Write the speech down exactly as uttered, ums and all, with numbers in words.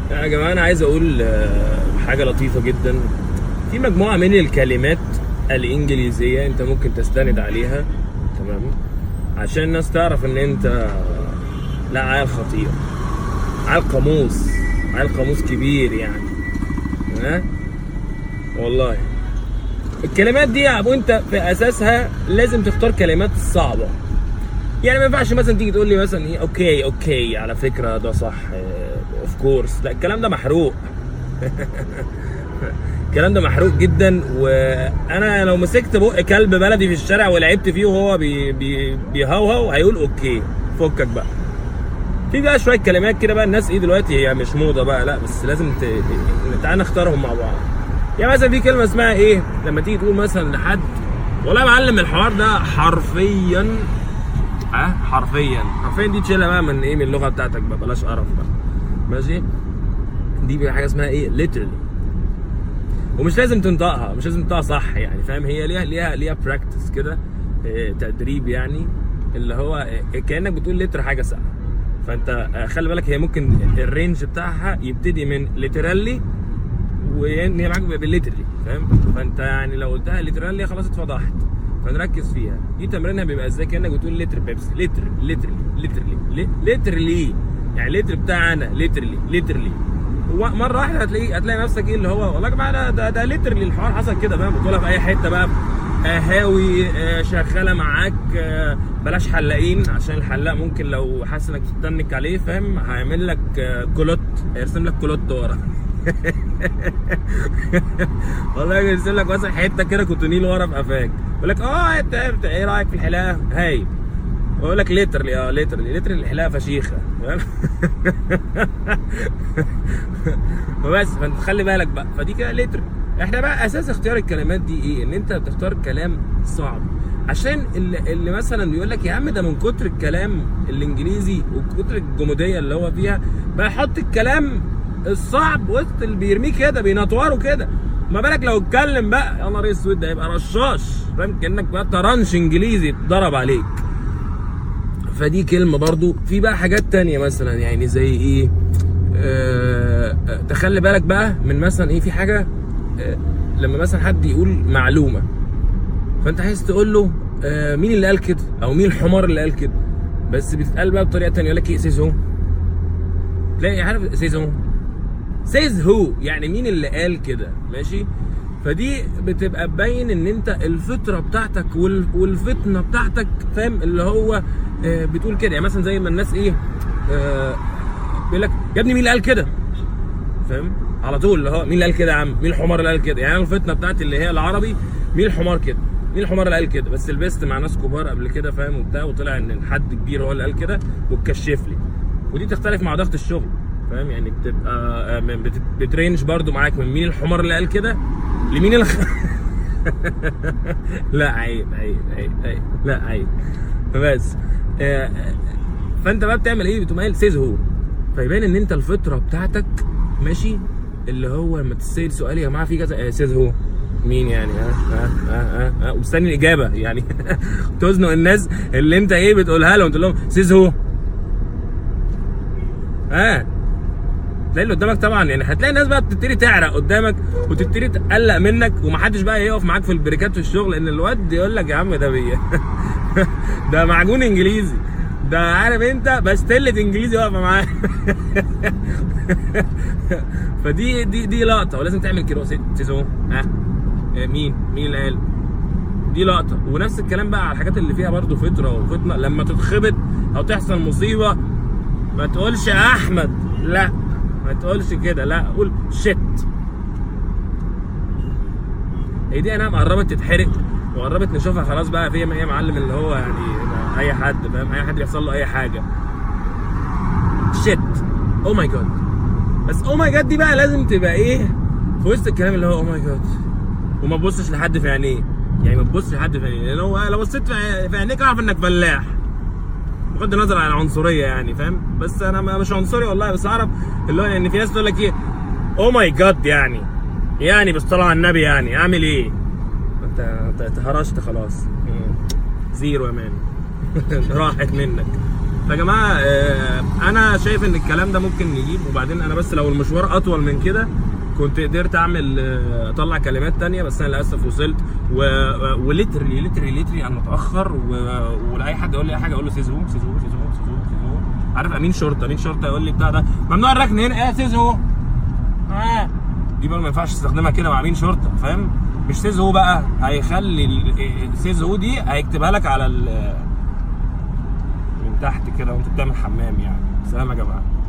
يا جماعه انا عايز اقول حاجه لطيفه جدا. في مجموعه من الكلمات الانجليزيه انت ممكن تستند عليها، تمام، عشان الناس تعرف ان انت لا عيل خطير، عيل قاموس، عيل قاموس كبير يعني. ها والله الكلمات دي يا ابو انت في اساسها لازم تختار كلمات صعبه. يعني ما ينفعش مثلا تيجي تقول لي مثلا ايه اوكي اوكي على فكره ده صح اوف كورس، لا الكلام ده محروق. الكلام ده محروق جدا. وانا لو مسكت بق كلب بلدي في الشارع ولعبت فيه وهو بي بي بيهوهو هيقول اوكي، فكك بقى. في بقى شويه كلمات كده بقى الناس ايه دلوقتي هي مش موضه بقى، لا بس لازم ت... تعالى نختارهم مع بعض. يعني مثلا في كلمه اسمها ايه لما تيجي تقول مثلا لحد، والله يا معلم الحوار ده حرفيا ها أه؟ حرفيا حرفيا دي تشيلها بقى من ايه من اللغه بتاعتك بقى، بلاش قرف بقى ماشي. دي بقى حاجه اسمها ايه literally، ومش لازم تنطقها، مش لازم تنطقها صح يعني فاهم. هي ليها ليها ليها براكتس كده، إيه تدريب يعني، اللي هو إيه كانك بتقول لتر حاجه ساعه. فانت خلي بالك هي ممكن الرينج بتاعها يبتدي من ليترالي وهي معاك بالليترلي فاهم. فانت يعني لو قلتها ليترالي خلاص اتفضحت، فنركز فيها. دي تمرينها بيبقى ازاي؟ كانك بتقول لتر بيبسي، لتر لترلي لترلي لترلي يعني لتر بتاع انا لترلي لترلي. مره واحده هتلاقي هتلاقي نفسك ايه اللي هو والله يا جماعه ده ده لترلي الحوار حصل كده فاهم. بتقولها في اي حته بقى، قهاوي شغاله معاك، بلاش حلاقين عشان الحلاق ممكن لو حاسس انك تتنك عليه فاهم هيعمل لك كولوت، هيرسم لك كولوت ورا. والله يرسم لك مثلا حته كده كوتونيل ورا في قفاك، يقول لك اه انت ايه رايك في الحلاقه؟ هاي يقول لك ليترلي اه ليترلي ليترلي الحلاقه فشيخه. بس فانت خلي بالك بقى، فدي كده ليتر. احنا بقى اساس اختيار الكلمات دي ايه؟ ان انت بتختار كلام صعب، عشان اللي, اللي مثلا بيقول لك يا عم ده من كتر الكلام الانجليزي وكتر الجموديه اللي هو فيها بقى يحط الكلام الصعب وسط اللي بيرميه كده بينطوره كده. ما بالك لو اتكلم بقى يا نهار اسود ده يبقى رشاش فاهم، كانك بقى طرنش انجليزي اتضرب عليك. فدي كلمه برضو. في بقى حاجات تانية مثلا يعني زي ايه، آه تخلي بالك بقى من مثلا ايه، في حاجه آه لما مثلا حد يقول معلومه فانت عايز تقول له آه مين اللي قال كده او مين الحمار اللي قال كده، بس بتتقال بقى بطريقه تانية. يقول لك ايه سيز هو، تلاقي عارف سيز هو سيز هو يعني مين اللي قال كده ماشي. فدي بتبقى تبين ان انت الفطره بتاعتك والفتنه بتاعتك فاهم، اللي هو آه بتقول كده. يعني مثلا زي ما الناس ايه آه بيقول لك يا ابني مين اللي قال كده فاهم، على طول اللي هو مين اللي قال كده يا عم، مين الحمار اللي قال كده. يعني الفتنه بتاعتي اللي هي العربي مين الحمار كده، مين الحمار اللي قال كده. بس لبست مع ناس كبار قبل كده فاهم وبتاع، وطلع ان حد كبير هو اللي قال كده واتكشف لي. ودي تختلف مع ضغط الشغل فاهم، يعني بتبقى بترينج برضو معاك من مين الحمار اللي قال كده لمين الخ... لا عيب عيب عيب عيب لا عيب. فبس آه فانت بقى بتعمل ايه؟ بتقوم قايل سيز هو، فيبان ان انت الفطره بتاعتك ماشي، اللي هو لما تسال سؤال يا جماعه في كذا سيز هو مين يعني ها ها ها ها ومستني الاجابه يعني. تزنق الناس اللي انت ايه بتقولها لهم تقول لهم سيز هو ها. تلاقي اللي قدامك طبعا يعني هتلاقي الناس بقى بتبتدي تعرق قدامك وتبتدي تقلق منك، ومحدش بقى يقف معاك في البريكات في الشغل، ان الواد يقول لك يا عم ده بي ده معجون انجليزي، ده عارف انت بستلة انجليزي واقفه معاه. فدي دي دي لقطه ولازم تعمل كده سيزون ها مين مين اللي قال، دي لقطه. ونفس الكلام بقى على الحاجات اللي فيها برضو فطره وفتنه. لما تتخبط او تحصل مصيبه ما تقولش يا احمد، لا ما تقولش كده، لا قول شت. هي دي انا قربت تتحرق وقربت نشوفها خلاص بقى فيها ايه معلم، اللي هو يعني اي حد فاهم، اي حد يحصل له اي حاجه شت او ماي جاد. بس او ماي جاد دي بقى لازم تبقى ايه في وسط الكلام اللي هو او ماي جاد، وما تبصش لحد في عينيه. يعني ما تبصش لحد في عينيه، لان هو لو بصيت في عينيك اعرف انك فلاح بغض النظر عن العنصريه يعني فاهم. بس انا مش عنصري والله، بس اعرف اللي هو ان يعني في ناس تقول لك ايه او ماي جاد يعني يعني بالصلاه على النبي يعني اعمل ايه؟ انت اتهرشت خلاص، زيرو يا مان. راحت منك فيا جماعه آه انا شايف ان الكلام ده ممكن نجيب. وبعدين انا بس لو المشوار اطول من كده كنت قدرت اعمل آه اطلع كلمات تانية، بس انا للاسف وصلت وليترلي ليترلي ليترلي انا متاخر. ولاي حد يقول لي اي حاجه اقول له سيزو سيزو سيزو سيزو سيزو. عارف امين شرطه امين شرطه يقول لي بتاع ده ممنوع الركن هنا، ايه سيزو اه دي بقى ما ينفعش تستخدمها كده مع امين شرطه، فاهم؟ مش سيزو بقى، هيخلي سيزو دي هيكتبها لك على من تحت كده وانت بتعمل حمام يعني. سلام يا جماعه.